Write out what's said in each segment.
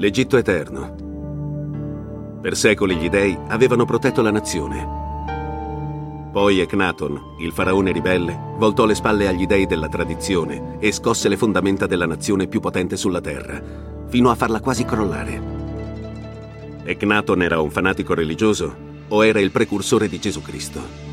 L'Egitto eterno. Per secoli gli dei avevano protetto la nazione. Poi Echnaton, il faraone ribelle, voltò le spalle agli dei della tradizione e scosse le fondamenta della nazione più potente sulla terra, fino a farla quasi crollare. Echnaton era un fanatico religioso o era il precursore di Gesù Cristo?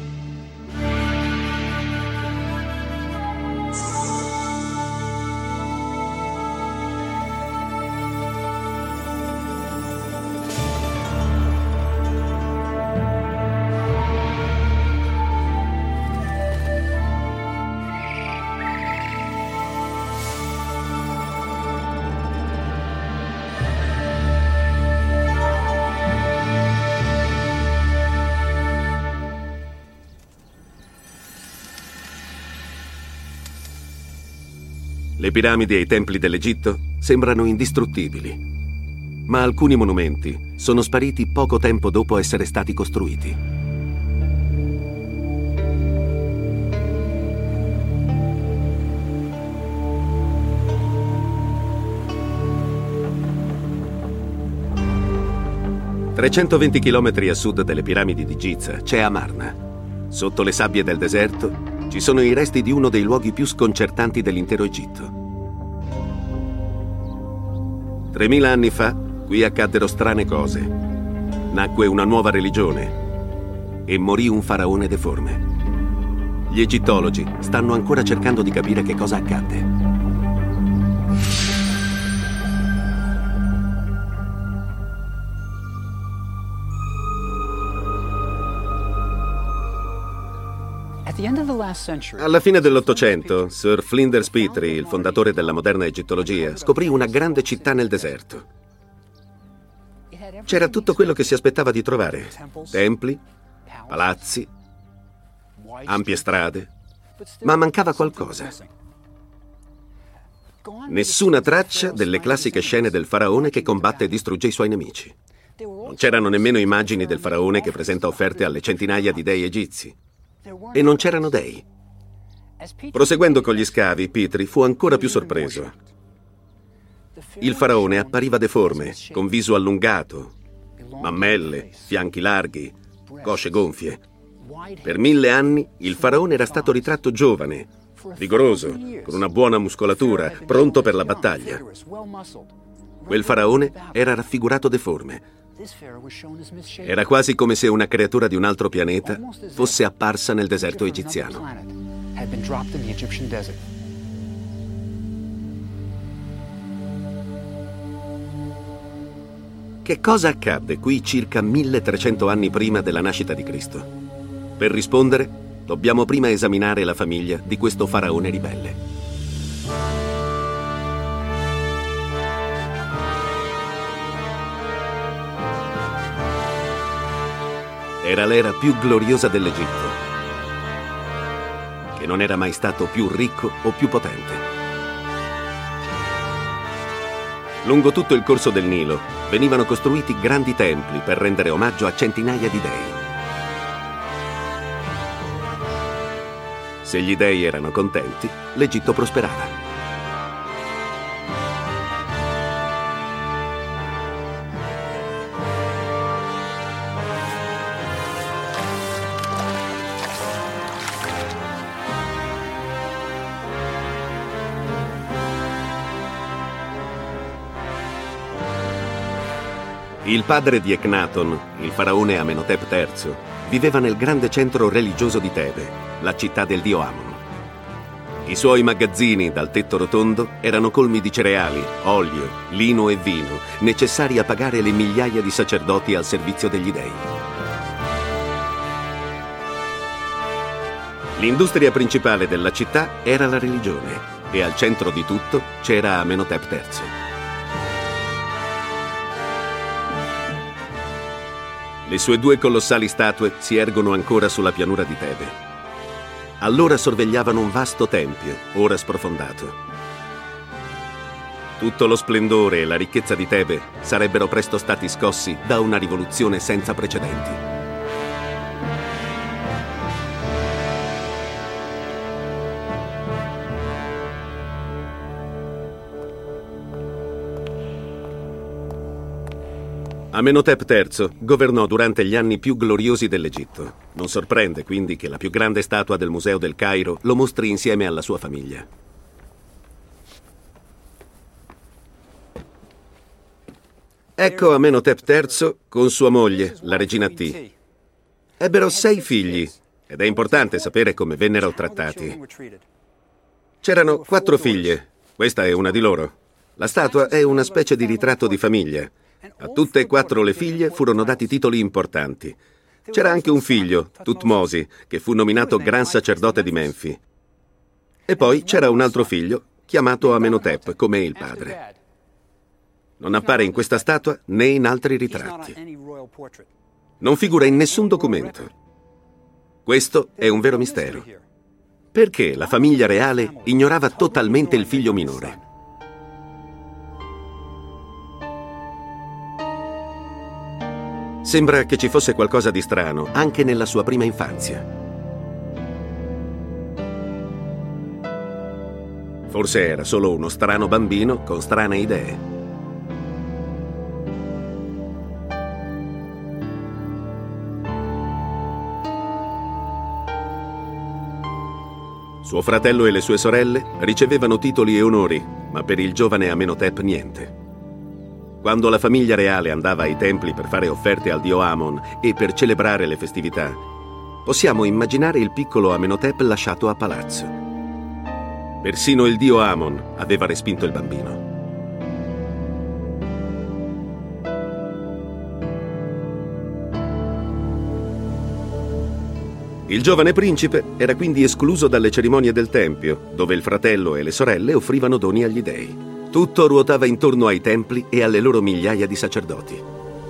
Le piramidi e i templi dell'Egitto sembrano indistruttibili, ma alcuni monumenti sono spariti poco tempo dopo essere stati costruiti. «320 chilometri a sud delle piramidi di Giza c'è Amarna. Sotto le sabbie del deserto ci sono i resti di uno dei luoghi più sconcertanti dell'intero Egitto. 3000 anni fa qui accaddero strane cose. Nacque una nuova religione e morì un faraone deforme. Gli egittologi stanno ancora cercando di capire che cosa accadde. Alla fine dell'Ottocento, Sir Flinders Petrie, il fondatore della moderna egittologia, scoprì una grande città nel deserto. C'era tutto quello che si aspettava di trovare: templi, palazzi, ampie strade, ma mancava qualcosa. Nessuna traccia delle classiche scene del faraone che combatte e distrugge i suoi nemici. Non c'erano nemmeno immagini del faraone che presenta offerte alle centinaia di dei egizi. E non c'erano dei. Proseguendo con gli scavi, Petrie fu ancora più sorpreso. Il faraone appariva deforme, con viso allungato, mammelle, fianchi larghi, cosce gonfie. Per 1000 anni il faraone era stato ritratto giovane, vigoroso, con una buona muscolatura, pronto per la battaglia. Quel faraone era raffigurato deforme. Era quasi come se una creatura di un altro pianeta fosse apparsa nel deserto egiziano. Che cosa accadde qui circa 1300 anni prima della nascita di Cristo? Per rispondere, dobbiamo prima esaminare la famiglia di questo faraone ribelle. Era l'era più gloriosa dell'Egitto, che non era mai stato più ricco o più potente. Lungo tutto il corso del Nilo venivano costruiti grandi templi per rendere omaggio a centinaia di dei. Se gli dei erano contenti, l'Egitto prosperava. Il padre di Echnaton, il faraone Amenhotep III, viveva nel grande centro religioso di Tebe, la città del dio Amon. I suoi magazzini dal tetto rotondo erano colmi di cereali, olio, lino e vino, necessari a pagare le migliaia di sacerdoti al servizio degli dei. L'industria principale della città era la religione e al centro di tutto c'era Amenhotep III. Le sue due colossali statue si ergono ancora sulla pianura di Tebe. Allora sorvegliavano un vasto tempio, ora sprofondato. Tutto lo splendore e la ricchezza di Tebe sarebbero presto stati scossi da una rivoluzione senza precedenti. Amenhotep III governò durante gli anni più gloriosi dell'Egitto. Non sorprende quindi che la più grande statua del Museo del Cairo lo mostri insieme alla sua famiglia. Ecco Amenhotep III con sua moglie, la regina T. Ebbero 6 figli, ed è importante sapere come vennero trattati. C'erano 4 figlie, questa è una di loro. La statua è una specie di ritratto di famiglia. A tutte e 4 le figlie furono dati titoli importanti. C'era anche un figlio, Tutmosi, che fu nominato gran sacerdote di Menfi. E poi c'era un altro figlio, chiamato Amenhotep, come il padre. Non appare in questa statua né in altri ritratti. Non figura in nessun documento. Questo è un vero mistero. Perché la famiglia reale ignorava totalmente il figlio minore? Sembra che ci fosse qualcosa di strano anche nella sua prima infanzia. Forse era solo uno strano bambino con strane idee. Suo fratello e le sue sorelle ricevevano titoli e onori, ma per il giovane Amenhotep niente. Quando la famiglia reale andava ai templi per fare offerte al dio Amon e per celebrare le festività, possiamo immaginare il piccolo Amenhotep lasciato a palazzo. Persino il dio Amon aveva respinto il bambino. Il giovane principe era quindi escluso dalle cerimonie del tempio, dove il fratello e le sorelle offrivano doni agli dei. Tutto ruotava intorno ai templi e alle loro migliaia di sacerdoti.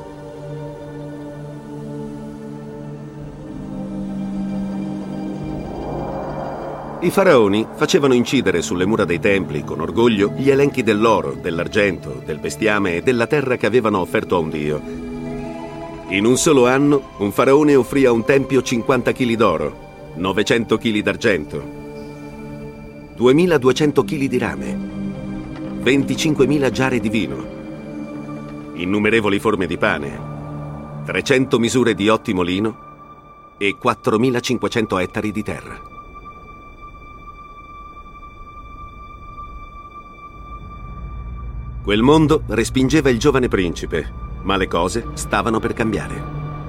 I faraoni facevano incidere sulle mura dei templi con orgoglio gli elenchi dell'oro, dell'argento, del bestiame e della terra che avevano offerto a un dio. In un solo anno, un faraone offrì a un tempio 50 kg d'oro, 900 kg d'argento, 2200 kg di rame, 25.000 giare di vino, innumerevoli forme di pane, 300 misure di ottimo lino e 4.500 ettari di terra. Quel mondo respingeva il giovane principe, ma le cose stavano per cambiare.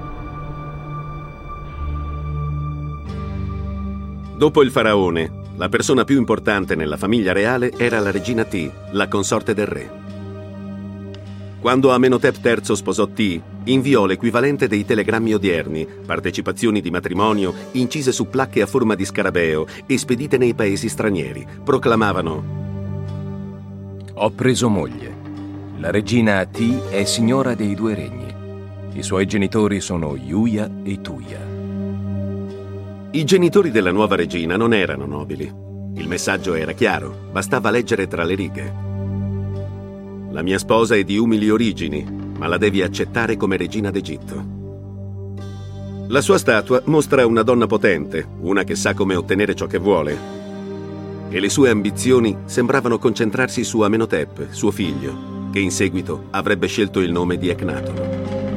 Dopo il faraone, la persona più importante nella famiglia reale era la regina T, la consorte del re. Quando Amenhotep III sposò T, inviò l'equivalente dei telegrammi odierni, partecipazioni di matrimonio incise su placche a forma di scarabeo e spedite nei paesi stranieri. Proclamavano: Ho preso moglie. La regina T è signora dei 2 regni. I suoi genitori sono Yuya e Tuya. I genitori della nuova regina non erano nobili. Il messaggio era chiaro, bastava leggere tra le righe. La mia sposa è di umili origini, ma la devi accettare come regina d'Egitto. La sua statua mostra una donna potente, una che sa come ottenere ciò che vuole. E le sue ambizioni sembravano concentrarsi su Amenhotep, suo figlio, che in seguito avrebbe scelto il nome di Echnatono.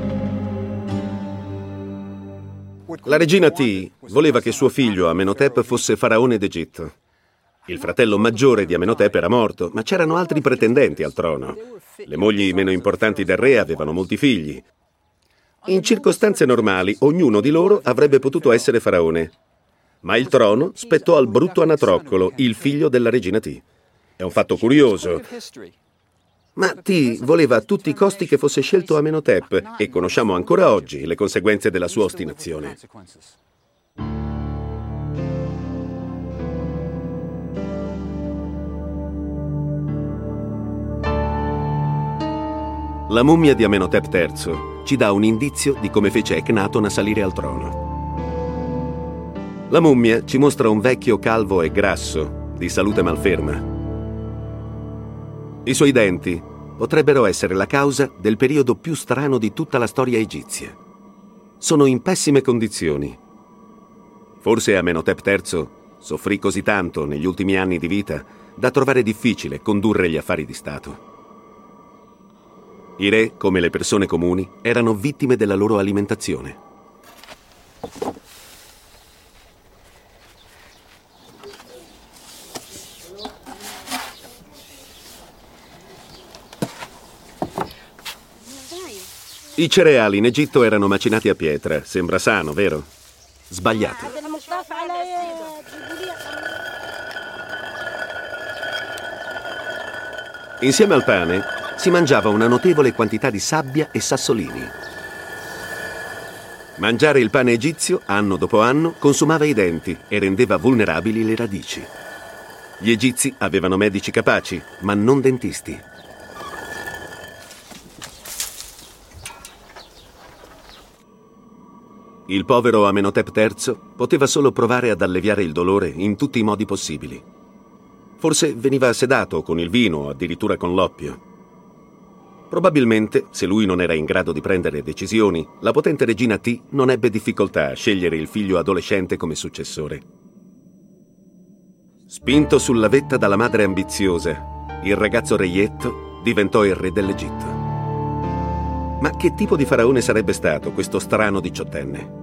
La regina T voleva che suo figlio Amenhotep fosse faraone d'Egitto. Il fratello maggiore di Amenhotep era morto, ma c'erano altri pretendenti al trono. Le mogli meno importanti del re avevano molti figli. In circostanze normali, ognuno di loro avrebbe potuto essere faraone. Ma il trono spettò al brutto Anatroccolo, il figlio della regina T. È un fatto curioso. Ma T voleva a tutti i costi che fosse scelto Amenhotep e conosciamo ancora oggi le conseguenze della sua ostinazione. La mummia di Amenhotep III ci dà un indizio di come fece Echnatona salire al trono. La mummia ci mostra un vecchio calvo e grasso, di salute malferma. I suoi denti potrebbero essere la causa del periodo più strano di tutta la storia egizia. Sono in pessime condizioni. Forse Amenhotep III soffrì così tanto negli ultimi anni di vita da trovare difficile condurre gli affari di Stato. I re, come le persone comuni, erano vittime della loro alimentazione. I cereali in Egitto erano macinati a pietra. Sembra sano, vero? Sbagliato. Insieme al pane si mangiava una notevole quantità di sabbia e sassolini. Mangiare il pane egizio, anno dopo anno, consumava i denti e rendeva vulnerabili le radici. Gli egizi avevano medici capaci, ma non dentisti. Il povero Amenhotep III poteva solo provare ad alleviare il dolore in tutti i modi possibili. Forse veniva sedato con il vino o addirittura con l'oppio. Probabilmente, se lui non era in grado di prendere decisioni, la potente regina T non ebbe difficoltà a scegliere il figlio adolescente come successore. Spinto sulla vetta dalla madre ambiziosa, il ragazzo reietto diventò il re dell'Egitto. Ma che tipo di faraone sarebbe stato questo strano diciottenne?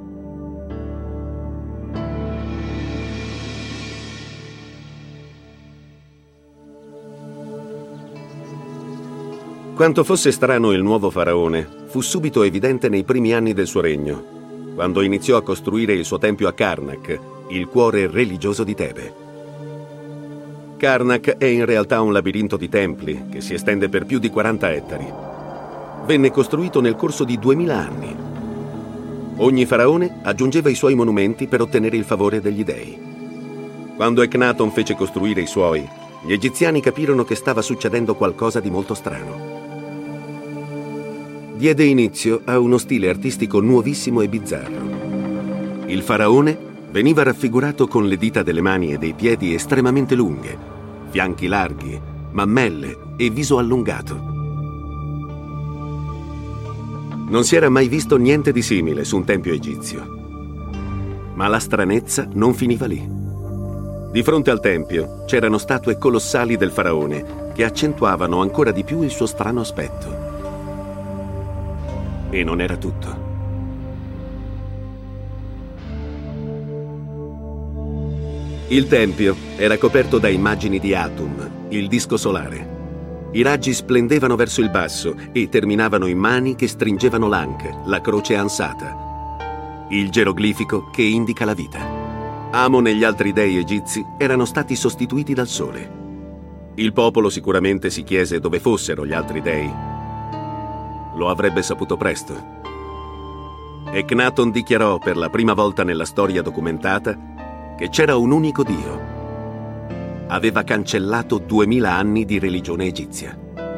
Quanto fosse strano il nuovo faraone fu subito evidente nei primi anni del suo regno, quando iniziò a costruire il suo tempio a Karnak, il cuore religioso di Tebe. Karnak è in realtà un labirinto di templi che si estende per più di 40 ettari. Venne costruito nel corso di 2000 anni. Ogni faraone aggiungeva i suoi monumenti per ottenere il favore degli dei. Quando Echnaton fece costruire i suoi, gli egiziani capirono che stava succedendo qualcosa di molto strano. Diede inizio a uno stile artistico nuovissimo e bizzarro. Il faraone veniva raffigurato con le dita delle mani e dei piedi estremamente lunghe, fianchi larghi, mammelle e viso allungato. Non si era mai visto niente di simile su un tempio egizio. Ma la stranezza non finiva lì. Di fronte al tempio c'erano statue colossali del faraone che accentuavano ancora di più il suo strano aspetto. E non era tutto. Il tempio era coperto da immagini di Atum, il disco solare. I raggi splendevano verso il basso e terminavano in mani che stringevano l'Ankh, la croce ansata, il geroglifico che indica la vita. Amon e gli altri dei egizi erano stati sostituiti dal sole. Il popolo sicuramente si chiese dove fossero gli altri dei. Lo avrebbe saputo presto. Echnaton dichiarò per la prima volta nella storia documentata che c'era un unico Dio. Aveva cancellato 2000 anni di religione egizia.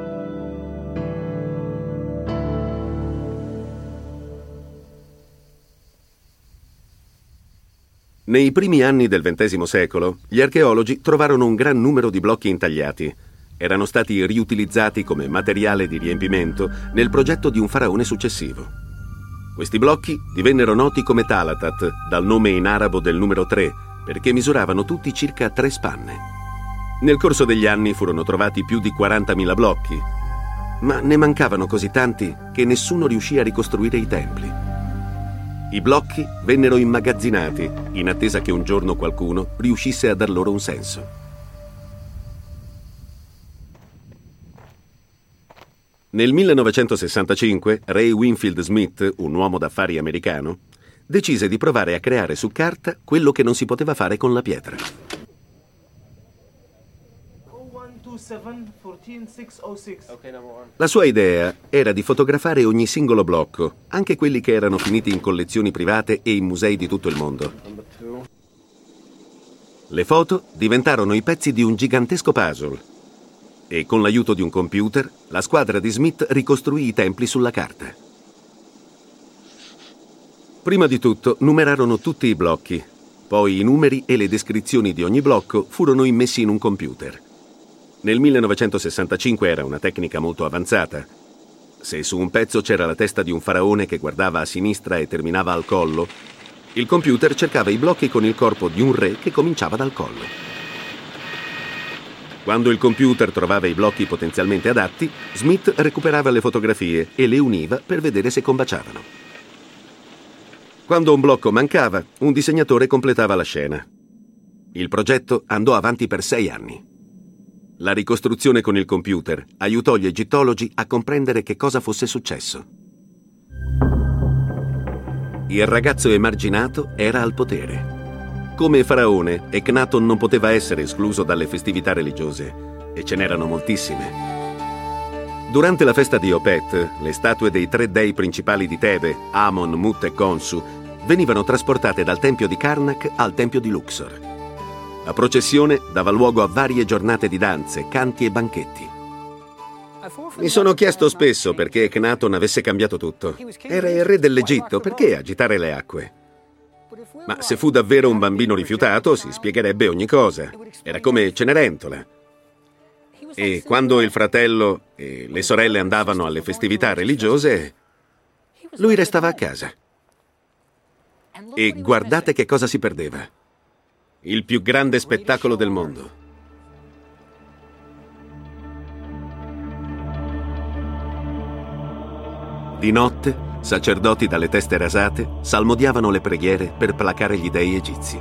Nei primi anni del XX secolo, gli archeologi trovarono un gran numero di blocchi intagliati. Erano stati riutilizzati come materiale di riempimento nel progetto di un faraone successivo. Questi blocchi divennero noti come Talatat, dal nome in arabo del numero 3, perché misuravano tutti circa 3 spanne. Nel corso degli anni furono trovati più di 40.000 blocchi, ma ne mancavano così tanti che nessuno riuscì a ricostruire i templi. I blocchi vennero immagazzinati in attesa che un giorno qualcuno riuscisse a dar loro un senso. Nel 1965, Ray Winfield Smith, un uomo d'affari americano, decise di provare a creare su carta quello che non si poteva fare con la pietra. La sua idea era di fotografare ogni singolo blocco, anche quelli che erano finiti in collezioni private e in musei di tutto il mondo. Le foto diventarono i pezzi di un gigantesco puzzle e con l'aiuto di un computer la squadra di Smith ricostruì i templi sulla carta. Prima di tutto numerarono tutti i blocchi, poi i numeri e le descrizioni di ogni blocco furono immessi in un computer. Nel 1965 era una tecnica molto avanzata. Se su un pezzo c'era la testa di un faraone che guardava a sinistra e terminava al collo, il computer cercava i blocchi con il corpo di un re che cominciava dal collo. Quando il computer trovava i blocchi potenzialmente adatti, Smith recuperava le fotografie e le univa per vedere se combaciavano. Quando un blocco mancava, un disegnatore completava la scena. Il progetto andò avanti per 6 anni. La ricostruzione con il computer aiutò gli egittologi a comprendere che cosa fosse successo. Il ragazzo emarginato era al potere. Come faraone, Echnaton non poteva essere escluso dalle festività religiose, e ce n'erano moltissime. Durante la festa di Opet, le statue dei 3 dei principali di Tebe, Amon, Mut e Khonsu, venivano trasportate dal tempio di Karnak al tempio di Luxor. La processione dava luogo a varie giornate di danze, canti e banchetti. Mi sono chiesto spesso perché Echnaton avesse cambiato tutto. Era il re dell'Egitto, perché agitare le acque? Ma se fu davvero un bambino rifiutato, si spiegherebbe ogni cosa. Era come Cenerentola. E quando il fratello e le sorelle andavano alle festività religiose, lui restava a casa. E guardate che cosa si perdeva. Il più grande spettacolo del mondo. Di notte, sacerdoti dalle teste rasate salmodiavano le preghiere per placare gli dei egizi.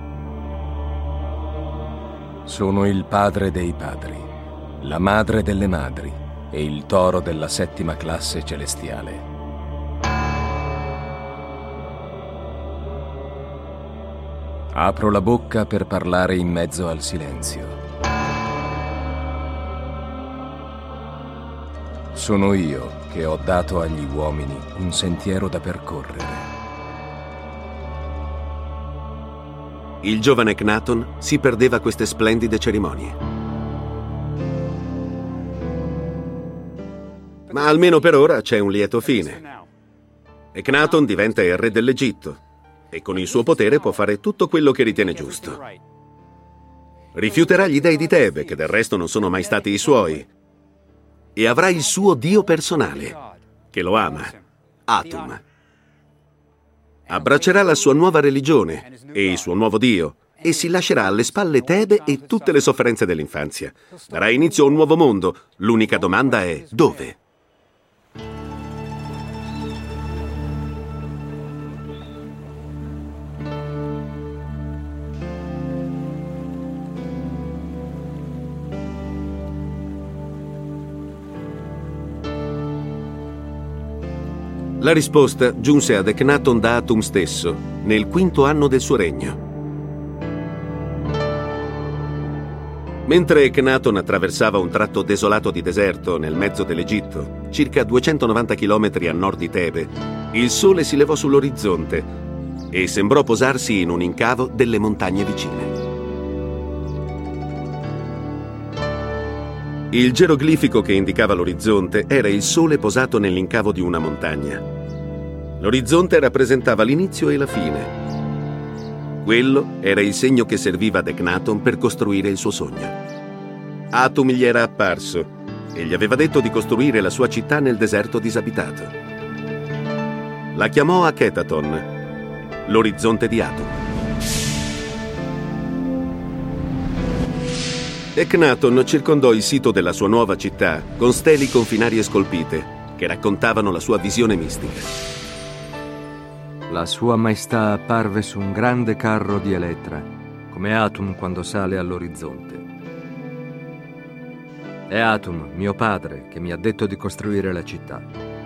Sono il padre dei padri, la madre delle madri e il toro della 7ª classe celestiale. Apro la bocca per parlare in mezzo al silenzio. Sono io che ho dato agli uomini un sentiero da percorrere. Il giovane Echnaton si perdeva queste splendide cerimonie. Ma almeno per ora c'è un lieto fine. Echnaton diventa il re dell'Egitto e con il suo potere può fare tutto quello che ritiene giusto. Rifiuterà gli dei di Tebe, che del resto non sono mai stati i suoi, e avrà il suo dio personale, che lo ama, Atum. Abbraccerà la sua nuova religione e il suo nuovo dio e si lascerà alle spalle Tebe e tutte le sofferenze dell'infanzia. Darà inizio a un nuovo mondo. L'unica domanda è: dove? La risposta giunse ad Echnaton da Atum stesso, nel 5° anno del suo regno. Mentre Echnaton attraversava un tratto desolato di deserto nel mezzo dell'Egitto, circa 290 chilometri a nord di Tebe, il sole si levò sull'orizzonte e sembrò posarsi in un incavo delle montagne vicine. Il geroglifico che indicava l'orizzonte era il sole posato nell'incavo di una montagna. L'orizzonte rappresentava l'inizio e la fine. Quello era il segno che serviva ad Echnaton per costruire il suo sogno. Atum gli era apparso e gli aveva detto di costruire la sua città nel deserto disabitato. La chiamò Akhetaton, l'orizzonte di Atum. Echnaton circondò il sito della sua nuova città con steli confinarie scolpite che raccontavano la sua visione mistica. La sua maestà apparve su un grande carro di Elettra, come Atum quando sale all'orizzonte. È Atum, mio padre, che mi ha detto di costruire la città.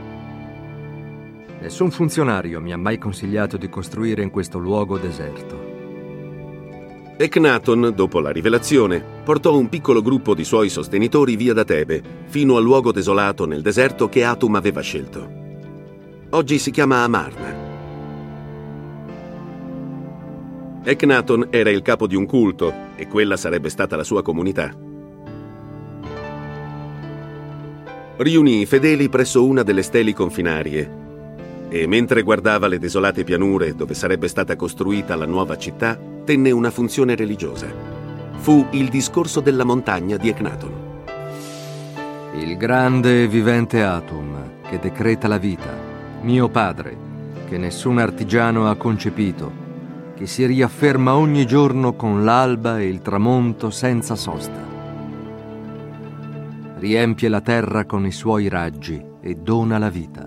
Nessun funzionario mi ha mai consigliato di costruire in questo luogo deserto. Echnaton, dopo la rivelazione, portò un piccolo gruppo di suoi sostenitori via da Tebe, fino al luogo desolato nel deserto che Atum aveva scelto. Oggi si chiama Amarna. Echnaton era il capo di un culto e quella sarebbe stata la sua comunità. Riunì i fedeli presso una delle steli confinarie e mentre guardava le desolate pianure dove sarebbe stata costruita la nuova città, tenne una funzione religiosa. Fu il discorso della montagna di Echnaton. Il grande e vivente Atum, che decreta la vita, mio padre, che nessun artigiano ha concepito, che si riafferma ogni giorno con l'alba e il tramonto senza sosta. riempie la terra con i suoi raggi e dona la vita.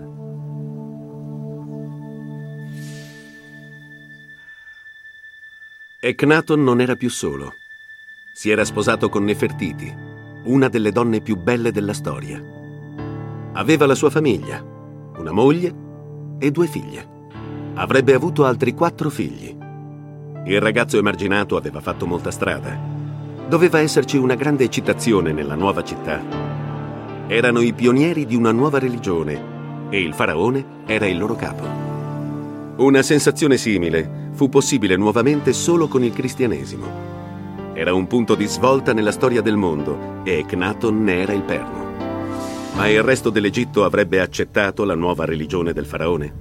Ecnaton non era più solo. Si era sposato con Nefertiti, una delle donne più belle della storia. Aveva la sua famiglia, una moglie e 2 figlie. Avrebbe avuto altri 4 figli. Il ragazzo emarginato aveva fatto molta strada. Doveva esserci una grande eccitazione nella nuova città. Erano i pionieri di una nuova religione e il faraone era il loro capo. Una sensazione simile fu possibile nuovamente solo con il cristianesimo. Era un punto di svolta nella storia del mondo e Ecnaton ne era il perno. Ma il resto dell'Egitto avrebbe accettato la nuova religione del faraone?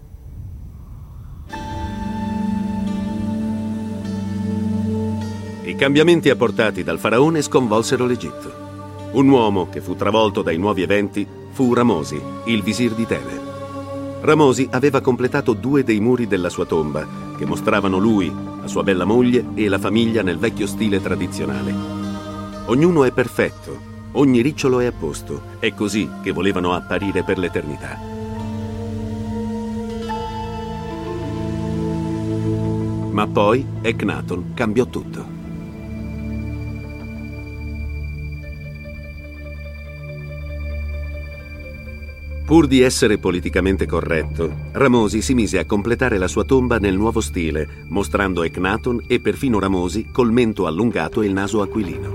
I cambiamenti apportati dal faraone sconvolsero l'Egitto. Un uomo che fu travolto dai nuovi eventi fu Ramosi, il visir di Tebe. Ramosi aveva completato 2 dei muri della sua tomba, che mostravano lui, la sua bella moglie e la famiglia nel vecchio stile tradizionale. Ognuno è perfetto, ogni ricciolo è a posto, è così che volevano apparire per l'eternità. Ma poi Ecnaton cambiò tutto. Pur di essere politicamente corretto, Ramosi si mise a completare la sua tomba nel nuovo stile, mostrando Ecnaton e perfino Ramosi col mento allungato e il naso aquilino.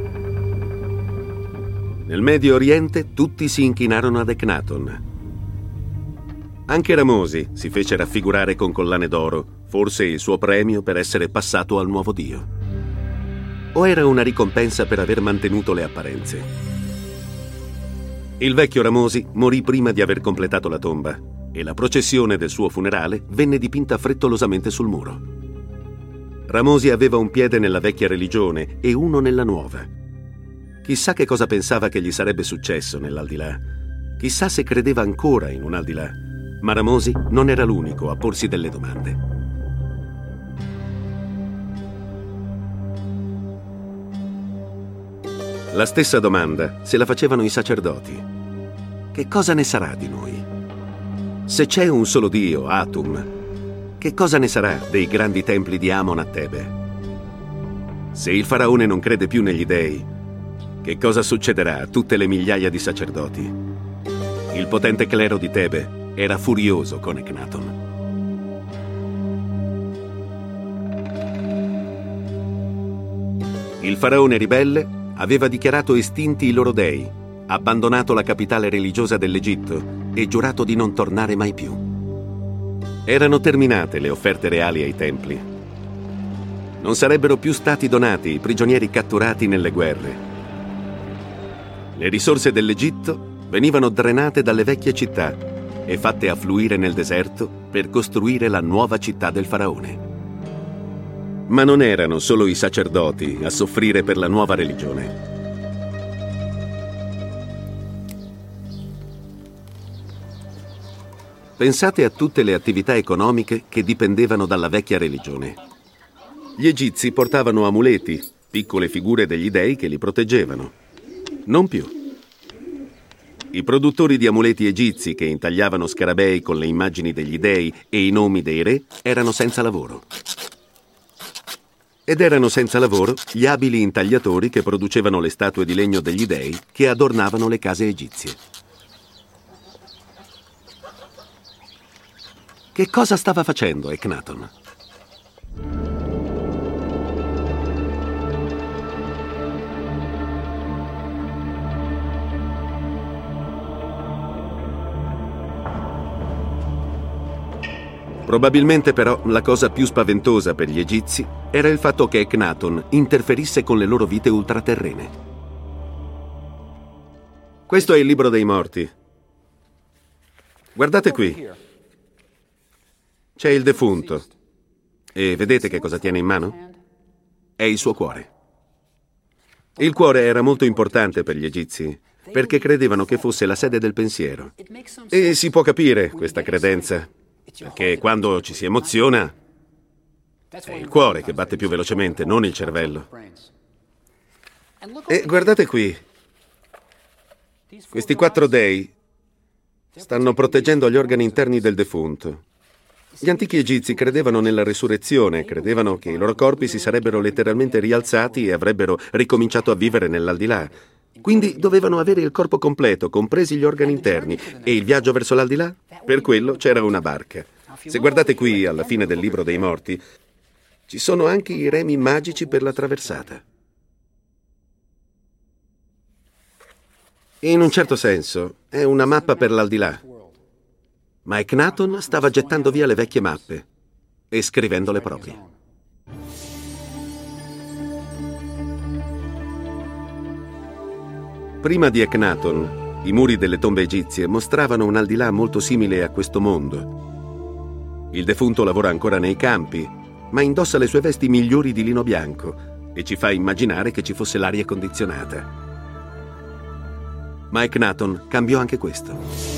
Nel Medio Oriente tutti si inchinarono ad Ecnaton. Anche Ramosi si fece raffigurare con collane d'oro, forse il suo premio per essere passato al nuovo dio. O era una ricompensa per aver mantenuto le apparenze? Il vecchio Ramosi morì prima di aver completato la tomba e la processione del suo funerale venne dipinta frettolosamente sul muro. Ramosi aveva un piede nella vecchia religione e uno nella nuova. Chissà che cosa pensava che gli sarebbe successo nell'aldilà. Chissà se credeva ancora in un aldilà. Ma Ramosi non era l'unico a porsi delle domande. La stessa domanda se la facevano i sacerdoti. Che cosa ne sarà di noi? Se c'è un solo Dio, Atum, che cosa ne sarà dei grandi templi di Amon a Tebe? Se il faraone non crede più negli dei, che cosa succederà a tutte le migliaia di sacerdoti? Il potente clero di Tebe era furioso con Ecnaton. Il faraone ribelle aveva dichiarato estinti i loro dei, abbandonato la capitale religiosa dell'Egitto e giurato di non tornare mai più. Erano terminate le offerte reali ai templi. Non sarebbero più stati donati i prigionieri catturati nelle guerre. Le risorse dell'Egitto venivano drenate dalle vecchie città e fatte affluire nel deserto per costruire la nuova città del faraone. Ma non erano solo i sacerdoti a soffrire per la nuova religione. Pensate a tutte le attività economiche che dipendevano dalla vecchia religione. Gli egizi portavano amuleti, piccole figure degli dei che li proteggevano. Non più. I produttori di amuleti egizi che intagliavano scarabei con le immagini degli dei e i nomi dei re erano senza lavoro. Ed erano senza lavoro gli abili intagliatori che producevano le statue di legno degli dei che adornavano le case egizie. Che cosa stava facendo Ecnaton? Probabilmente però la cosa più spaventosa per gli egizi era il fatto che Ecnaton interferisse con le loro vite ultraterrene. Questo è il libro dei morti. Guardate qui. C'è il defunto. E vedete che cosa tiene in mano? È il suo cuore. Il cuore era molto importante per gli egizi, perché credevano che fosse la sede del pensiero. E si può capire questa credenza, perché quando ci si emoziona è il cuore che batte più velocemente, non il cervello. E guardate qui. Questi 4 dei stanno proteggendo gli organi interni del defunto. Gli antichi egizi credevano nella resurrezione, credevano che i loro corpi si sarebbero letteralmente rialzati e avrebbero ricominciato a vivere nell'aldilà. Quindi dovevano avere il corpo completo, compresi gli organi interni. E il viaggio verso l'aldilà? Per quello c'era una barca. Se guardate qui, alla fine del libro dei morti, ci sono anche i remi magici per la traversata. In un certo senso, è una mappa per l'aldilà. Ma Ecnaton stava gettando via le vecchie mappe e scrivendo le proprie. Prima di Ecnaton, i muri delle tombe egizie mostravano un aldilà molto simile a questo mondo. Il defunto lavora ancora nei campi, ma indossa le sue vesti migliori di lino bianco e ci fa immaginare che ci fosse l'aria condizionata. Ma Ecnaton cambiò anche questo.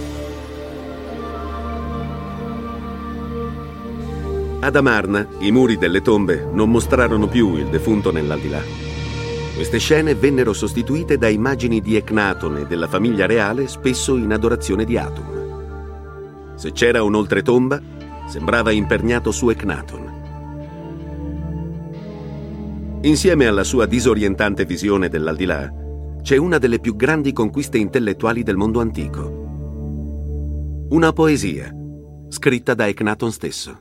Ad Amarna, i muri delle tombe non mostrarono più il defunto nell'aldilà. Queste scene vennero sostituite da immagini di Ecnaton e della famiglia reale, spesso in adorazione di Atum. Se c'era un'oltretomba, sembrava imperniato su Ecnaton. Insieme alla sua disorientante visione dell'aldilà, c'è una delle più grandi conquiste intellettuali del mondo antico. Una poesia, scritta da Ecnaton stesso.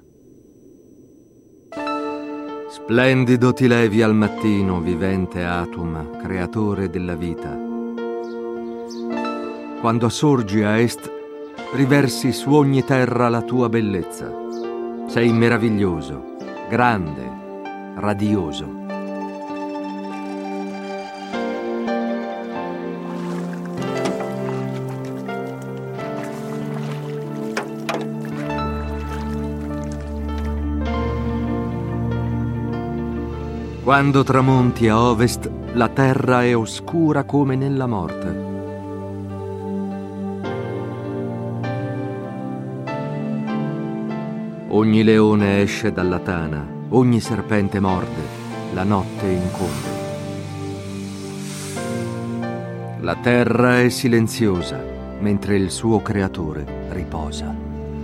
Splendido ti levi al mattino, vivente Atum, creatore della vita. Quando sorgi a est, riversi su ogni terra la tua bellezza. Sei meraviglioso, grande, radioso. Quando tramonti a ovest, la terra è oscura come nella morte. Ogni leone esce dalla tana, ogni serpente morde, la notte incombe. La terra è silenziosa, mentre il suo creatore riposa.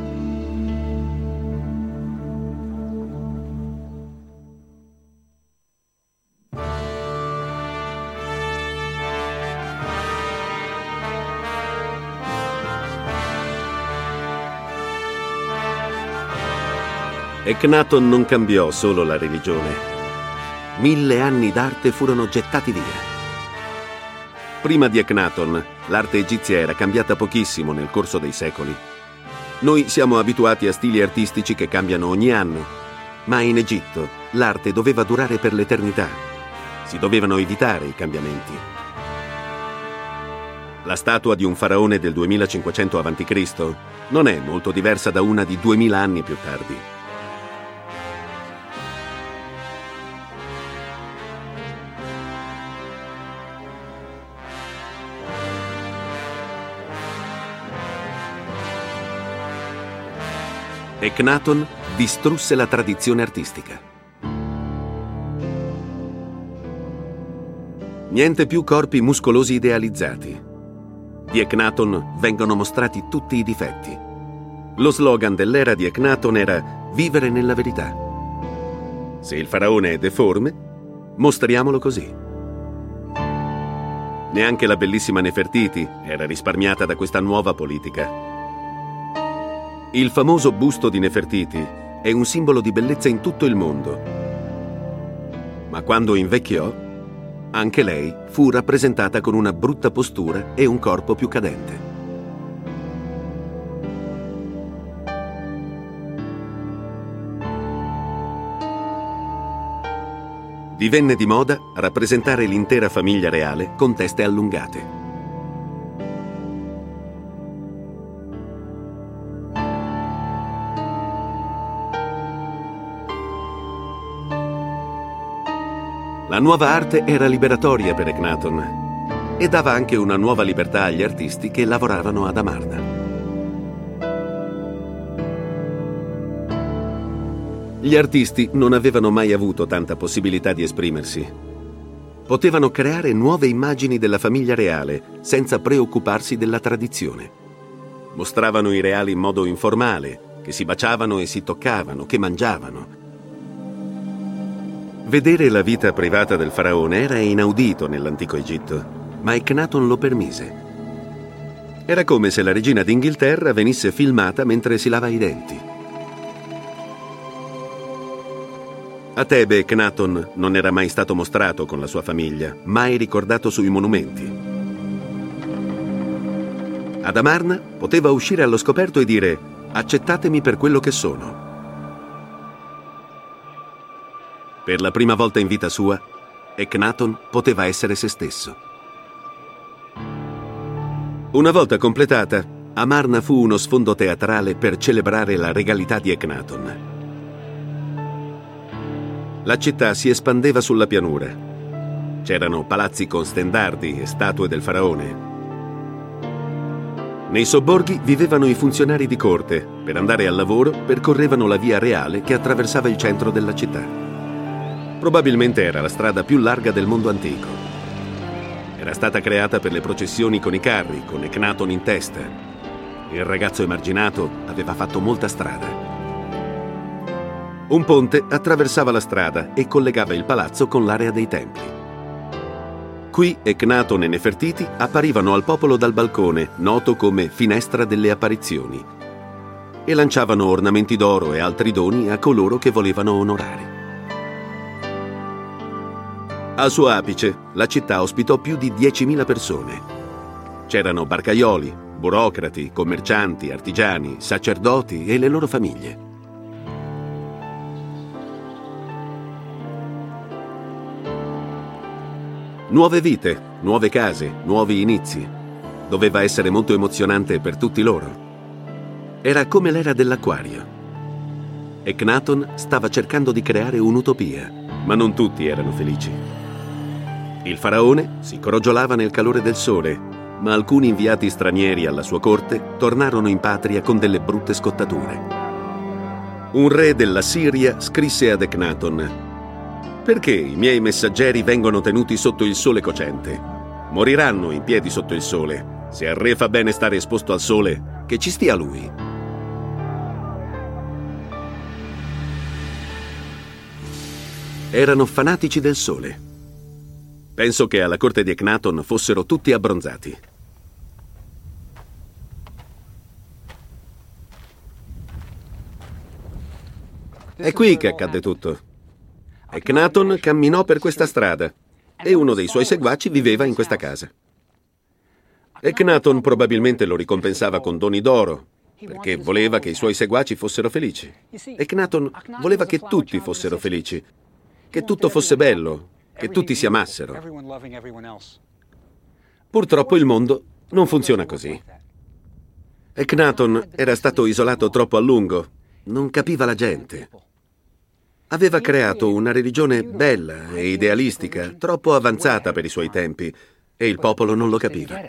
Ecnaton non cambiò solo la religione. 1000 anni d'arte furono gettati via. Prima di Ecnaton, l'arte egizia era cambiata pochissimo nel corso dei secoli. Noi siamo abituati a stili artistici che cambiano ogni anno, ma in Egitto l'arte doveva durare per l'eternità. Si dovevano evitare i cambiamenti. La statua di un faraone del 2500 a.C. non è molto diversa da una di 2000 anni più tardi. Ecnaton distrusse la tradizione artistica. Niente più corpi muscolosi idealizzati. Di Ecnaton vengono mostrati tutti i difetti. Lo slogan dell'era di Ecnaton era "Vivere nella verità". Se il faraone è deforme, mostriamolo così. Neanche la bellissima Nefertiti era risparmiata da questa nuova politica. Il famoso busto di Nefertiti è un simbolo di bellezza in tutto il mondo. Ma quando invecchiò, anche lei fu rappresentata con una brutta postura e un corpo più cadente. Divenne di moda rappresentare l'intera famiglia reale con teste allungate. La nuova arte era liberatoria per Ecnaton e dava anche una nuova libertà agli artisti che lavoravano ad Amarna. Gli artisti non avevano mai avuto tanta possibilità di esprimersi. Potevano creare nuove immagini della famiglia reale senza preoccuparsi della tradizione. Mostravano i reali in modo informale, che si baciavano e si toccavano, che mangiavano. Vedere la vita privata del faraone era inaudito nell'antico Egitto, ma Ecnaton lo permise. Era come se la regina d'Inghilterra venisse filmata mentre si lava i denti. A Tebe Ecnaton non era mai stato mostrato con la sua famiglia, mai ricordato sui monumenti. Ad Amarna poteva uscire allo scoperto e dire: accettatemi per quello che sono. Per la prima volta in vita sua, Ecnaton poteva essere se stesso. Una volta completata, Amarna fu uno sfondo teatrale per celebrare la regalità di Ecnaton. La città si espandeva sulla pianura. C'erano palazzi con stendardi e statue del faraone. Nei sobborghi vivevano i funzionari di corte. Per andare al lavoro percorrevano la via reale che attraversava il centro della città. Probabilmente era la strada più larga del mondo antico. Era stata creata per le processioni con i carri, con Ecnaton in testa. Il ragazzo emarginato aveva fatto molta strada. Un ponte attraversava la strada e collegava il palazzo con l'area dei templi. Qui Ecnaton e Nefertiti apparivano al popolo dal balcone, noto come Finestra delle Apparizioni, e lanciavano ornamenti d'oro e altri doni a coloro che volevano onorare. Al suo apice, la città ospitò più di 10.000 persone. C'erano barcaioli, burocrati, commercianti, artigiani, sacerdoti e le loro famiglie. Nuove vite, nuove case, nuovi inizi. Doveva essere molto emozionante per tutti loro. Era come l'era dell'acquario. Ecnaton stava cercando di creare un'utopia, ma non tutti erano felici. Il faraone si crogiolava nel calore del sole, ma alcuni inviati stranieri alla sua corte tornarono in patria con delle brutte scottature. Un re della Siria scrisse ad Ecnaton: «Perché i miei messaggeri vengono tenuti sotto il sole cocente? Moriranno in piedi sotto il sole. Se al re fa bene stare esposto al sole, che ci stia lui». Erano fanatici del sole. Penso che alla corte di Ecnaton fossero tutti abbronzati. È qui che accadde tutto. Ecnaton camminò per questa strada e uno dei suoi seguaci viveva in questa casa. Ecnaton probabilmente lo ricompensava con doni d'oro, perché voleva che i suoi seguaci fossero felici. Ecnaton voleva che tutti fossero felici, che tutto fosse bello, che tutti si amassero. Purtroppo il mondo non funziona così. Ecnaton era stato isolato troppo a lungo, non capiva la gente. Aveva creato una religione bella e idealistica, troppo avanzata per i suoi tempi, e il popolo non lo capiva.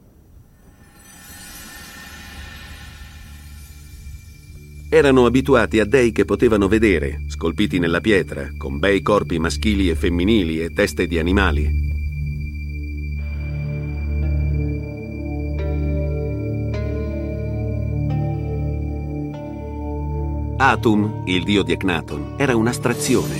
Erano abituati a dei che potevano vedere, scolpiti nella pietra, con bei corpi maschili e femminili e teste di animali. Atum, il dio di Ecnaton, era un'astrazione.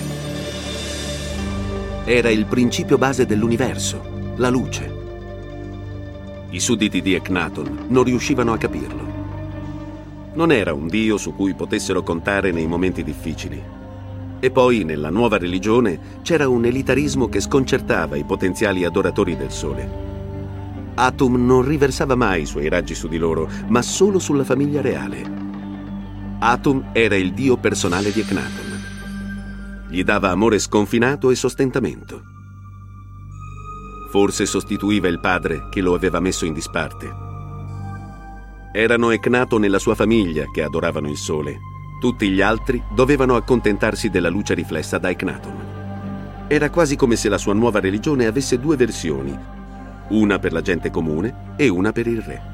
Era il principio base dell'universo, la luce. I sudditi di Ecnaton non riuscivano a capirlo. Non era un dio su cui potessero contare nei momenti difficili. E poi, nella nuova religione, c'era un elitarismo che sconcertava i potenziali adoratori del sole. Atum non riversava mai i suoi raggi su di loro, ma solo sulla famiglia reale. Atum era il dio personale di Ecnaton. Gli dava amore sconfinato e sostentamento. Forse sostituiva il padre che lo aveva messo in disparte. Erano Ecnaton e la sua famiglia che adoravano il sole. Tutti gli altri dovevano accontentarsi della luce riflessa da Ecnaton. Era quasi come se la sua nuova religione avesse due versioni, una per la gente comune e una per il re.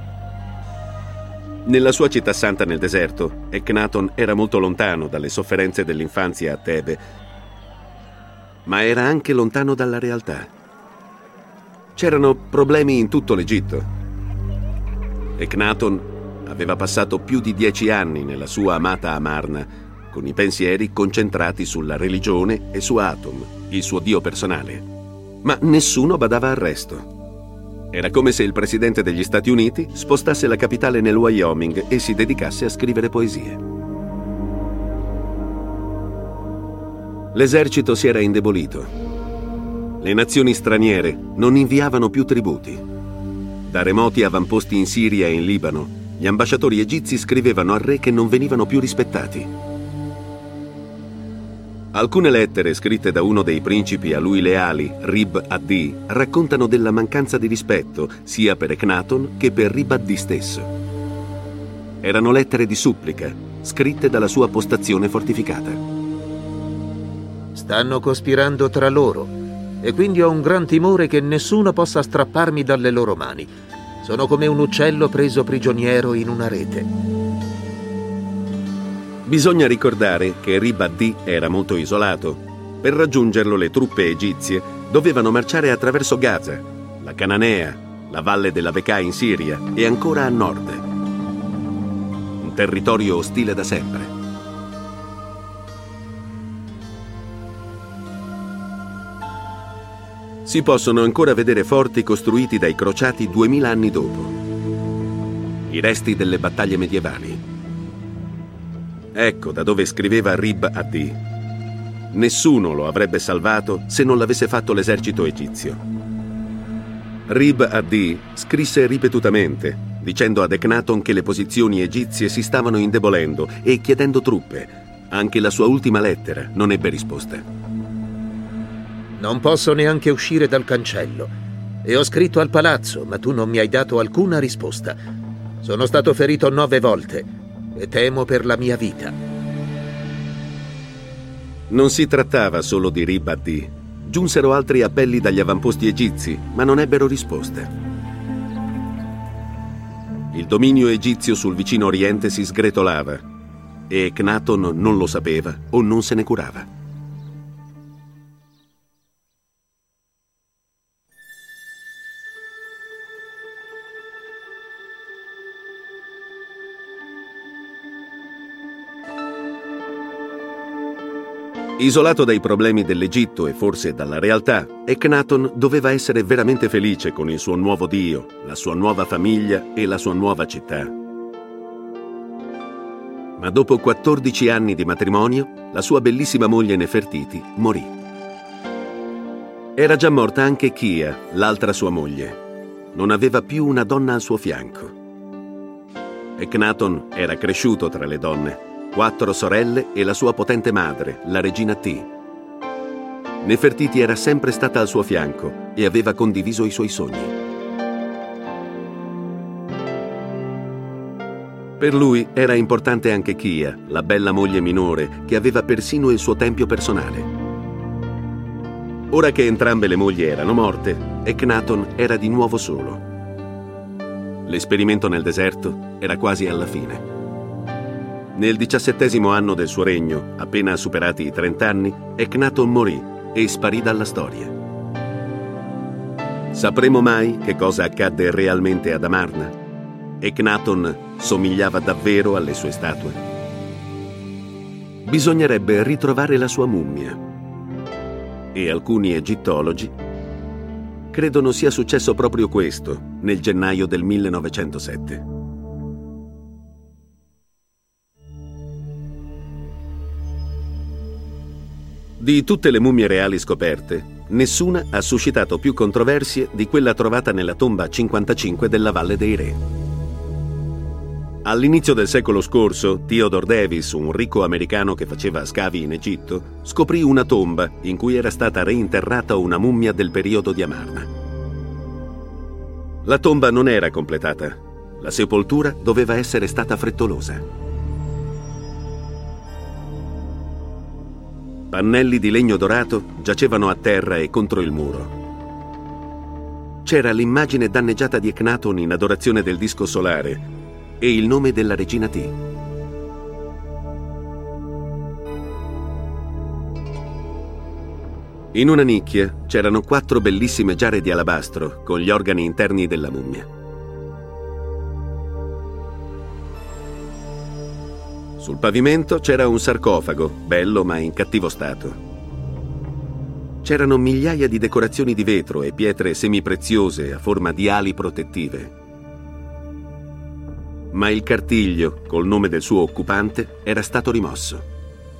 Nella sua città santa nel deserto, Ecnaton era molto lontano dalle sofferenze dell'infanzia a Tebe. ma era anche lontano dalla realtà. C'erano problemi in tutto l'Egitto. Echnaton aveva passato più di 10 anni nella sua amata Amarna, con i pensieri concentrati sulla religione e su Atum, il suo dio personale. Ma nessuno badava al resto. Era come se il presidente degli Stati Uniti spostasse la capitale nel Wyoming e si dedicasse a scrivere poesie. L'esercito si era indebolito. Le nazioni straniere non inviavano più tributi. Da remoti avamposti in Siria e in Libano, gli ambasciatori egizi scrivevano al re che non venivano più rispettati. Alcune lettere scritte da uno dei principi a lui leali, Rib ad-Dī, raccontano della mancanza di rispetto sia per Echnaton che per Rib ad-Dī stesso. Erano lettere di supplica, scritte dalla sua postazione fortificata. Stanno cospirando tra loro e quindi ho un gran timore che nessuno possa strapparmi dalle loro mani. Sono come un uccello preso prigioniero in una rete. Bisogna ricordare che Rib ad-Dī era molto isolato. Per raggiungerlo le truppe egizie dovevano marciare attraverso Gaza, la Cananea, la valle della Bekaa in Siria e ancora a nord. Un territorio ostile da sempre. Si possono ancora vedere forti costruiti dai crociati 2000 anni dopo. I resti delle battaglie medievali. Ecco da dove scriveva Rib ad-Dī. Nessuno lo avrebbe salvato se non l'avesse fatto l'esercito egizio. Rib ad-Dī scrisse ripetutamente, dicendo ad Echnaton che le posizioni egizie si stavano indebolendo e chiedendo truppe. Anche la sua ultima lettera non ebbe risposta. Non posso neanche uscire dal cancello. E ho scritto al palazzo, ma tu non mi hai dato alcuna risposta. Sono stato ferito 9 volte. E temo per la mia vita. Non si trattava solo di Rib ad-Dī. Giunsero altri appelli dagli avamposti egizi, ma non ebbero risposta. Il dominio egizio sul vicino Oriente si sgretolava e Echnaton non lo sapeva o non se ne curava. Isolato dai problemi dell'Egitto e forse dalla realtà, Echnaton doveva essere veramente felice con il suo nuovo dio, la sua nuova famiglia e la sua nuova città. Ma dopo 14 anni di matrimonio, la sua bellissima moglie Nefertiti morì. Era già morta anche Chia, l'altra sua moglie. Non aveva più una donna al suo fianco. Echnaton era cresciuto tra le donne. 4 sorelle e la sua potente madre, la regina T. Nefertiti era sempre stata al suo fianco e aveva condiviso i suoi sogni. Per lui era importante anche Chia, la bella moglie minore, che aveva persino il suo tempio personale. Ora che entrambe le mogli erano morte, Echnaton era di nuovo solo. L'esperimento nel deserto era quasi alla fine. Nel 17° anno del suo regno, appena superati i 30 anni, Echnaton morì e sparì dalla storia. Sapremo mai che cosa accadde realmente ad Amarna? Echnaton somigliava davvero alle sue statue? Bisognerebbe ritrovare la sua mummia. E alcuni egittologi credono sia successo proprio questo nel gennaio del 1907. Di tutte le mummie reali scoperte, nessuna ha suscitato più controversie di quella trovata nella tomba 55 della Valle dei Re. All'inizio del secolo scorso, Theodore Davis, un ricco americano che faceva scavi in Egitto, scoprì una tomba in cui era stata reinterrata una mummia del periodo di Amarna. La tomba non era completata. La sepoltura doveva essere stata frettolosa. Pannelli di legno dorato giacevano a terra e contro il muro. C'era l'immagine danneggiata di Echnaton in adorazione del disco solare e il nome della regina T. In una nicchia c'erano 4 bellissime giare di alabastro con gli organi interni della mummia. Sul pavimento c'era un sarcofago, bello ma in cattivo stato. C'erano migliaia di decorazioni di vetro e pietre semipreziose a forma di ali protettive. Ma il cartiglio, col nome del suo occupante, era stato rimosso.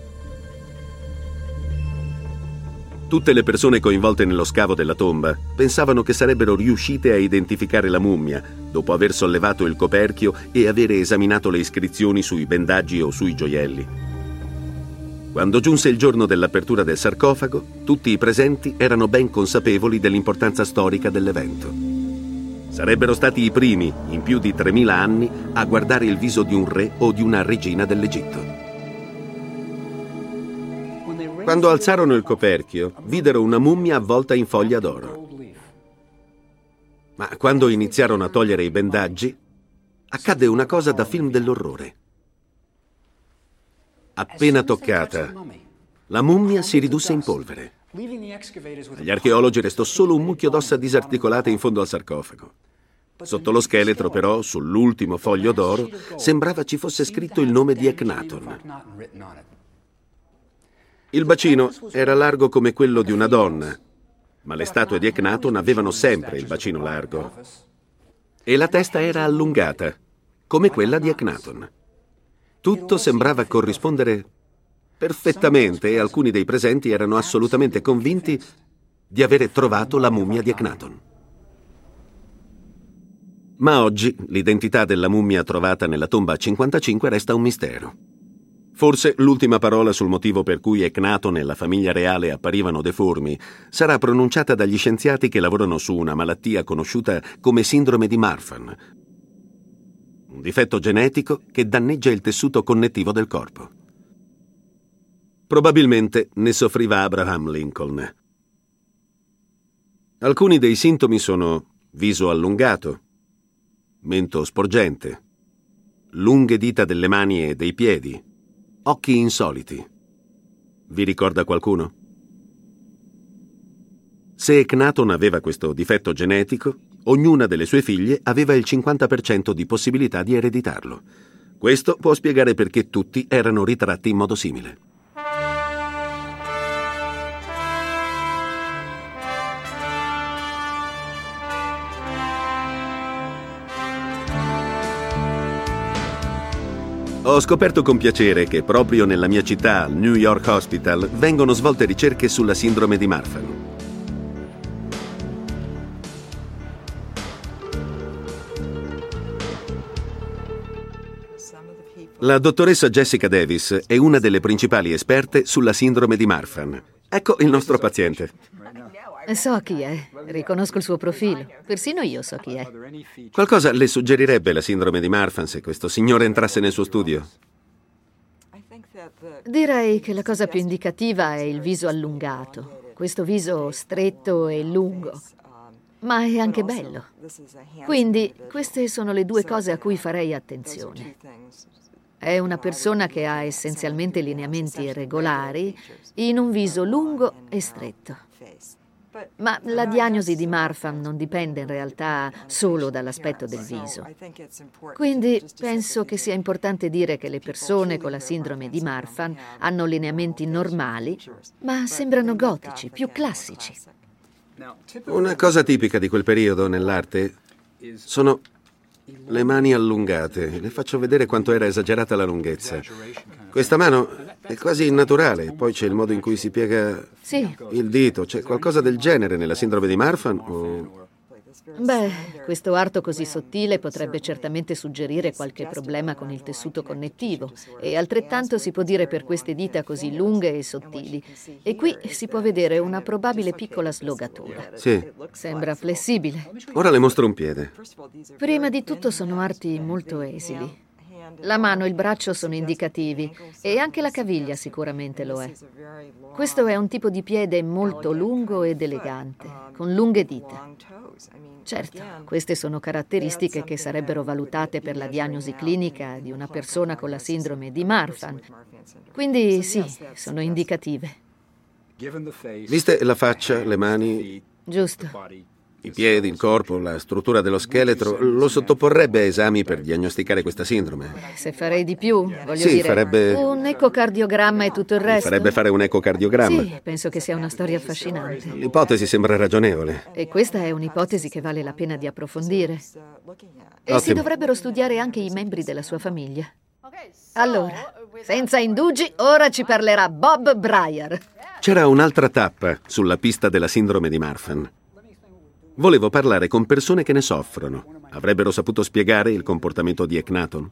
Tutte le persone coinvolte nello scavo della tomba pensavano che sarebbero riuscite a identificare la mummia dopo aver sollevato il coperchio e avere esaminato le iscrizioni sui bendaggi o sui gioielli. Quando giunse il giorno dell'apertura del sarcofago, tutti i presenti erano ben consapevoli dell'importanza storica dell'evento. Sarebbero stati i primi, in più di 3000 anni, a guardare il viso di un re o di una regina dell'Egitto. Quando alzarono il coperchio, videro una mummia avvolta in foglia d'oro. Ma quando iniziarono a togliere i bendaggi, accadde una cosa da film dell'orrore. Appena toccata, la mummia si ridusse in polvere. Agli archeologi restò solo un mucchio d'ossa disarticolate in fondo al sarcofago. Sotto lo scheletro, però, sull'ultimo foglio d'oro, sembrava ci fosse scritto il nome di Echnaton. Il bacino era largo come quello di una donna, ma le statue di Echnaton avevano sempre il bacino largo. E la testa era allungata, come quella di Echnaton. Tutto sembrava corrispondere perfettamente e alcuni dei presenti erano assolutamente convinti di avere trovato la mummia di Echnaton. Ma oggi l'identità della mummia trovata nella tomba 55 resta un mistero. Forse l'ultima parola sul motivo per cui Echnaton e la famiglia reale apparivano deformi sarà pronunciata dagli scienziati che lavorano su una malattia conosciuta come sindrome di Marfan, un difetto genetico che danneggia il tessuto connettivo del corpo. Probabilmente ne soffriva Abraham Lincoln. Alcuni dei sintomi sono viso allungato, mento sporgente, lunghe dita delle mani e dei piedi, occhi insoliti. Vi ricorda qualcuno? Se Echnaton aveva questo difetto genetico, ognuna delle sue figlie aveva il 50% di possibilità di ereditarlo. Questo può spiegare perché tutti erano ritratti in modo simile. Ho scoperto con piacere che proprio nella mia città, al New York Hospital, vengono svolte ricerche sulla sindrome di Marfan. La dottoressa Jessica Davis è una delle principali esperte sulla sindrome di Marfan. Ecco il nostro paziente. So chi è, riconosco il suo profilo. Persino io so chi è. Qualcosa le suggerirebbe la sindrome di Marfan se questo signore entrasse nel suo studio? Direi che la cosa più indicativa è il viso allungato. Questo viso stretto e lungo. Ma è anche bello. Quindi queste sono le 2 cose a cui farei attenzione. È una persona che ha essenzialmente lineamenti regolari in un viso lungo e stretto. Ma la diagnosi di Marfan non dipende in realtà solo dall'aspetto del viso. Quindi penso che sia importante dire che le persone con la sindrome di Marfan hanno lineamenti normali, ma sembrano gotici, più classici. Una cosa tipica di quel periodo nell'arte sono le mani allungate. Le faccio vedere quanto era esagerata la lunghezza. Questa mano è quasi innaturale. Poi c'è il modo in cui si piega il dito. C'è qualcosa del genere nella sindrome di Marfan? O... Beh, questo arto così sottile potrebbe certamente suggerire qualche problema con il tessuto connettivo e altrettanto si può dire per queste dita così lunghe e sottili. E qui si può vedere una probabile piccola slogatura. Sì. Sembra flessibile. Ora le mostro un piede. Prima di tutto sono arti molto esili. La mano e il braccio sono indicativi e anche la caviglia sicuramente lo è. Questo è un tipo di piede molto lungo ed elegante, con lunghe dita. Certo, queste sono caratteristiche che sarebbero valutate per la diagnosi clinica di una persona con la sindrome di Marfan. Quindi sì, sono indicative. Viste la faccia, le mani, Giusto. i piedi, il corpo, la struttura dello scheletro, lo sottoporrebbe a esami per diagnosticare questa sindrome. Se farei di più, voglio Sì, dire, farebbe- un ecocardiogramma e tutto il resto. Farebbe fare un ecocardiogramma. Sì, penso che sia una storia affascinante. L'ipotesi sembra ragionevole. E questa è un'ipotesi che vale la pena di approfondire. E si Ottimo. dovrebbero studiare anche i membri della sua famiglia. Allora, senza indugi, ora ci parlerà Bob Brier. C'era un'altra tappa sulla pista della sindrome di Marfan. Volevo parlare con persone che ne soffrono. Avrebbero saputo spiegare il comportamento di Eknaton.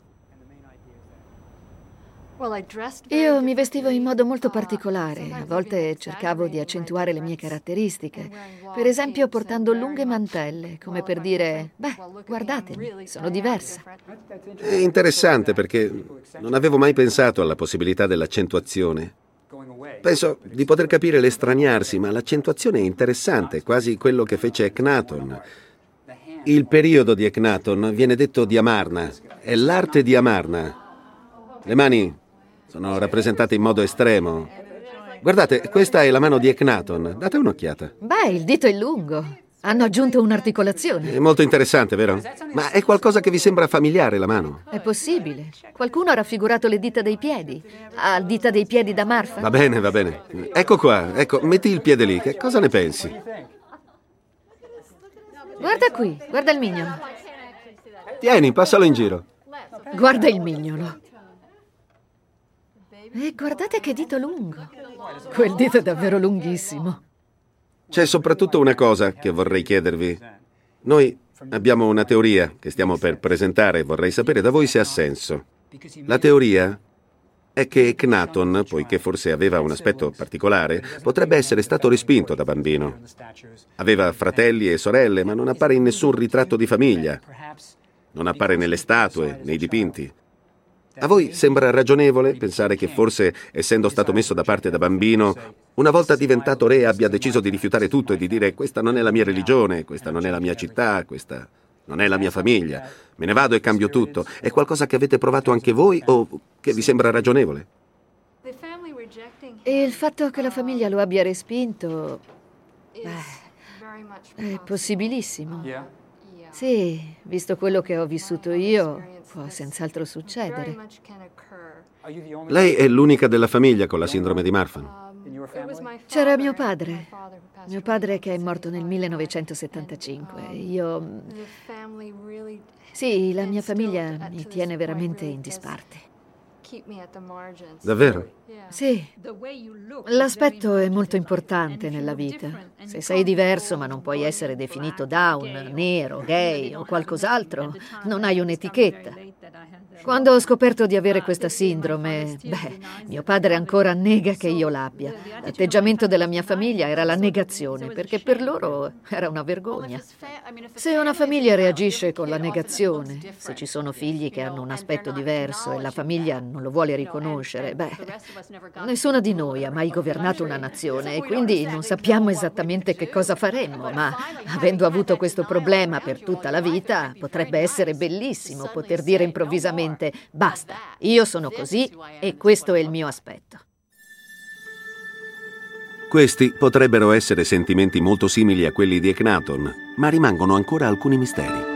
Io mi vestivo in modo molto particolare. A volte cercavo di accentuare le mie caratteristiche. Per esempio portando lunghe mantelle, come per dire, beh, guardatemi, sono diversa. È interessante perché non avevo mai pensato alla possibilità dell'accentuazione. Penso di poter capire l'estraniarsi, ma l'accentuazione è interessante, quasi quello che fece Eknaton. Il periodo di Eknaton viene detto di Amarna, è l'arte di Amarna. Le mani sono rappresentate in modo estremo. Guardate, questa è la mano di Eknaton, date un'occhiata. Beh, il dito è lungo. Hanno aggiunto un'articolazione. È molto interessante, vero? Ma è qualcosa che vi sembra familiare, la mano? È possibile. Qualcuno ha raffigurato le dita dei piedi. Ha dita dei piedi da Marfa. Va bene, va bene. Ecco qua, ecco, metti il piede lì, che cosa ne pensi? Guarda qui, guarda il mignolo. Tieni, passalo in giro. Guarda il mignolo. E guardate che dito lungo. Quel dito è davvero lunghissimo. C'è soprattutto una cosa che vorrei chiedervi. Noi abbiamo una teoria che stiamo per presentare e vorrei sapere da voi se ha senso. La teoria è che Eknaton, poiché forse aveva un aspetto particolare, potrebbe essere stato respinto da bambino. Aveva fratelli e sorelle, ma non appare in nessun ritratto di famiglia. Non appare nelle statue, nei dipinti. A voi sembra ragionevole pensare che forse, essendo stato messo da parte da bambino, una volta diventato re abbia deciso di rifiutare tutto e di dire questa non è la mia religione, questa non è la mia città, questa non è la mia famiglia, me ne vado e cambio tutto? È qualcosa che avete provato anche voi o che vi sembra ragionevole? E il fatto che la famiglia lo abbia respinto è possibilissimo. Sì, visto quello che ho vissuto io, può senz'altro succedere. Lei è l'unica della famiglia con la sindrome di Marfan. C'era mio padre che è morto nel 1975. Sì, la mia famiglia mi tiene veramente in disparte. Davvero? Sì, l'aspetto è molto importante nella vita. Se sei diverso ma non puoi essere definito down, nero, gay o qualcos'altro, non hai un'etichetta. Quando ho scoperto di avere questa sindrome, mio padre ancora nega che io l'abbia. L'atteggiamento della mia famiglia era la negazione, perché per loro era una vergogna. Se una famiglia reagisce con la negazione, se ci sono figli che hanno un aspetto diverso e la famiglia non lo vuole riconoscere, nessuno di noi ha mai governato una nazione e quindi non sappiamo esattamente che cosa faremmo, ma avendo avuto questo problema per tutta la vita, potrebbe essere bellissimo poter dire improvvisamente basta, io sono così e questo è il mio aspetto. Questi potrebbero essere sentimenti molto simili a quelli di Eknaton, ma rimangono ancora alcuni misteri.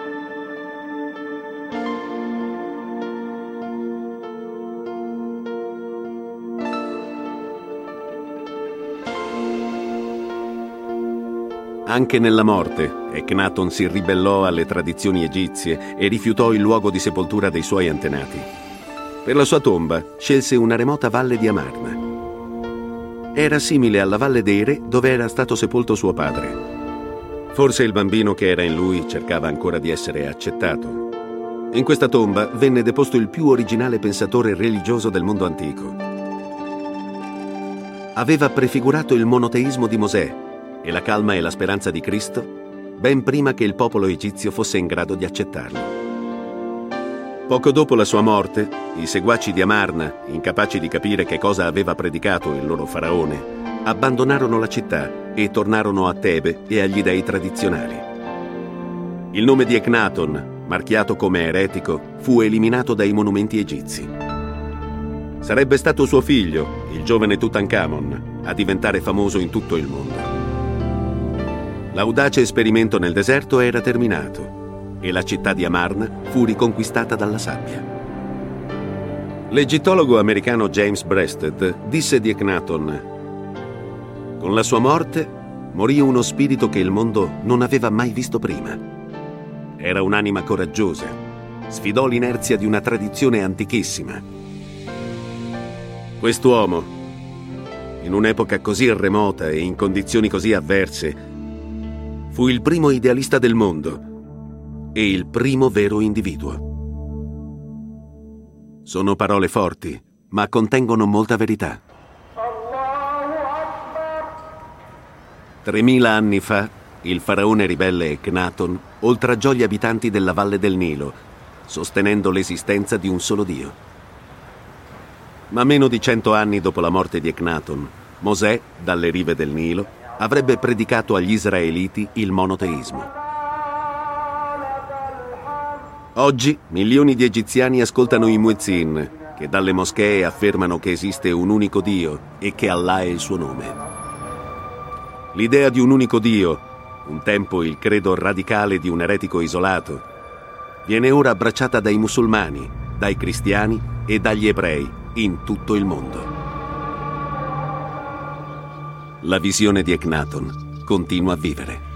Anche nella morte, Eknaton si ribellò alle tradizioni egizie e rifiutò il luogo di sepoltura dei suoi antenati. Per la sua tomba scelse una remota valle di Amarna. Era simile alla Valle dei Re dove era stato sepolto suo padre. Forse il bambino che era in lui cercava ancora di essere accettato. In questa tomba venne deposto il più originale pensatore religioso del mondo antico. Aveva prefigurato il monoteismo di Mosè e la calma e la speranza di Cristo ben prima che il popolo egizio fosse in grado di accettarlo. Poco dopo la sua morte, i seguaci di Amarna, incapaci di capire che cosa aveva predicato il loro faraone, abbandonarono la città e tornarono a Tebe e agli dei tradizionali. Il nome di Eknaton, marchiato come eretico, fu eliminato dai monumenti egizi. Sarebbe stato suo figlio, il giovane Tutankhamon, a diventare famoso in tutto il mondo. L'audace esperimento nel deserto era terminato e la città di Amarna fu riconquistata dalla sabbia. L'egittologo americano James Breasted disse di Echnaton: «Con la sua morte morì uno spirito che il mondo non aveva mai visto prima. Era un'anima coraggiosa, sfidò l'inerzia di una tradizione antichissima. Quest'uomo, in un'epoca così remota e in condizioni così avverse, fu il primo idealista del mondo e il primo vero individuo». Sono parole forti, ma contengono molta verità. 3000 anni fa, il faraone ribelle Echnaton oltraggiò gli abitanti della valle del Nilo, sostenendo l'esistenza di un solo Dio. Ma meno di 100 anni dopo la morte di Echnaton, Mosè, dalle rive del Nilo, avrebbe predicato agli israeliti il monoteismo. Oggi milioni di egiziani ascoltano i muezzin, che dalle moschee affermano che esiste un unico Dio e che Allah è il suo nome. L'idea di un unico Dio, un tempo il credo radicale di un eretico isolato, viene ora abbracciata dai musulmani, dai cristiani e dagli ebrei in tutto il mondo. La visione di Echnaton continua a vivere.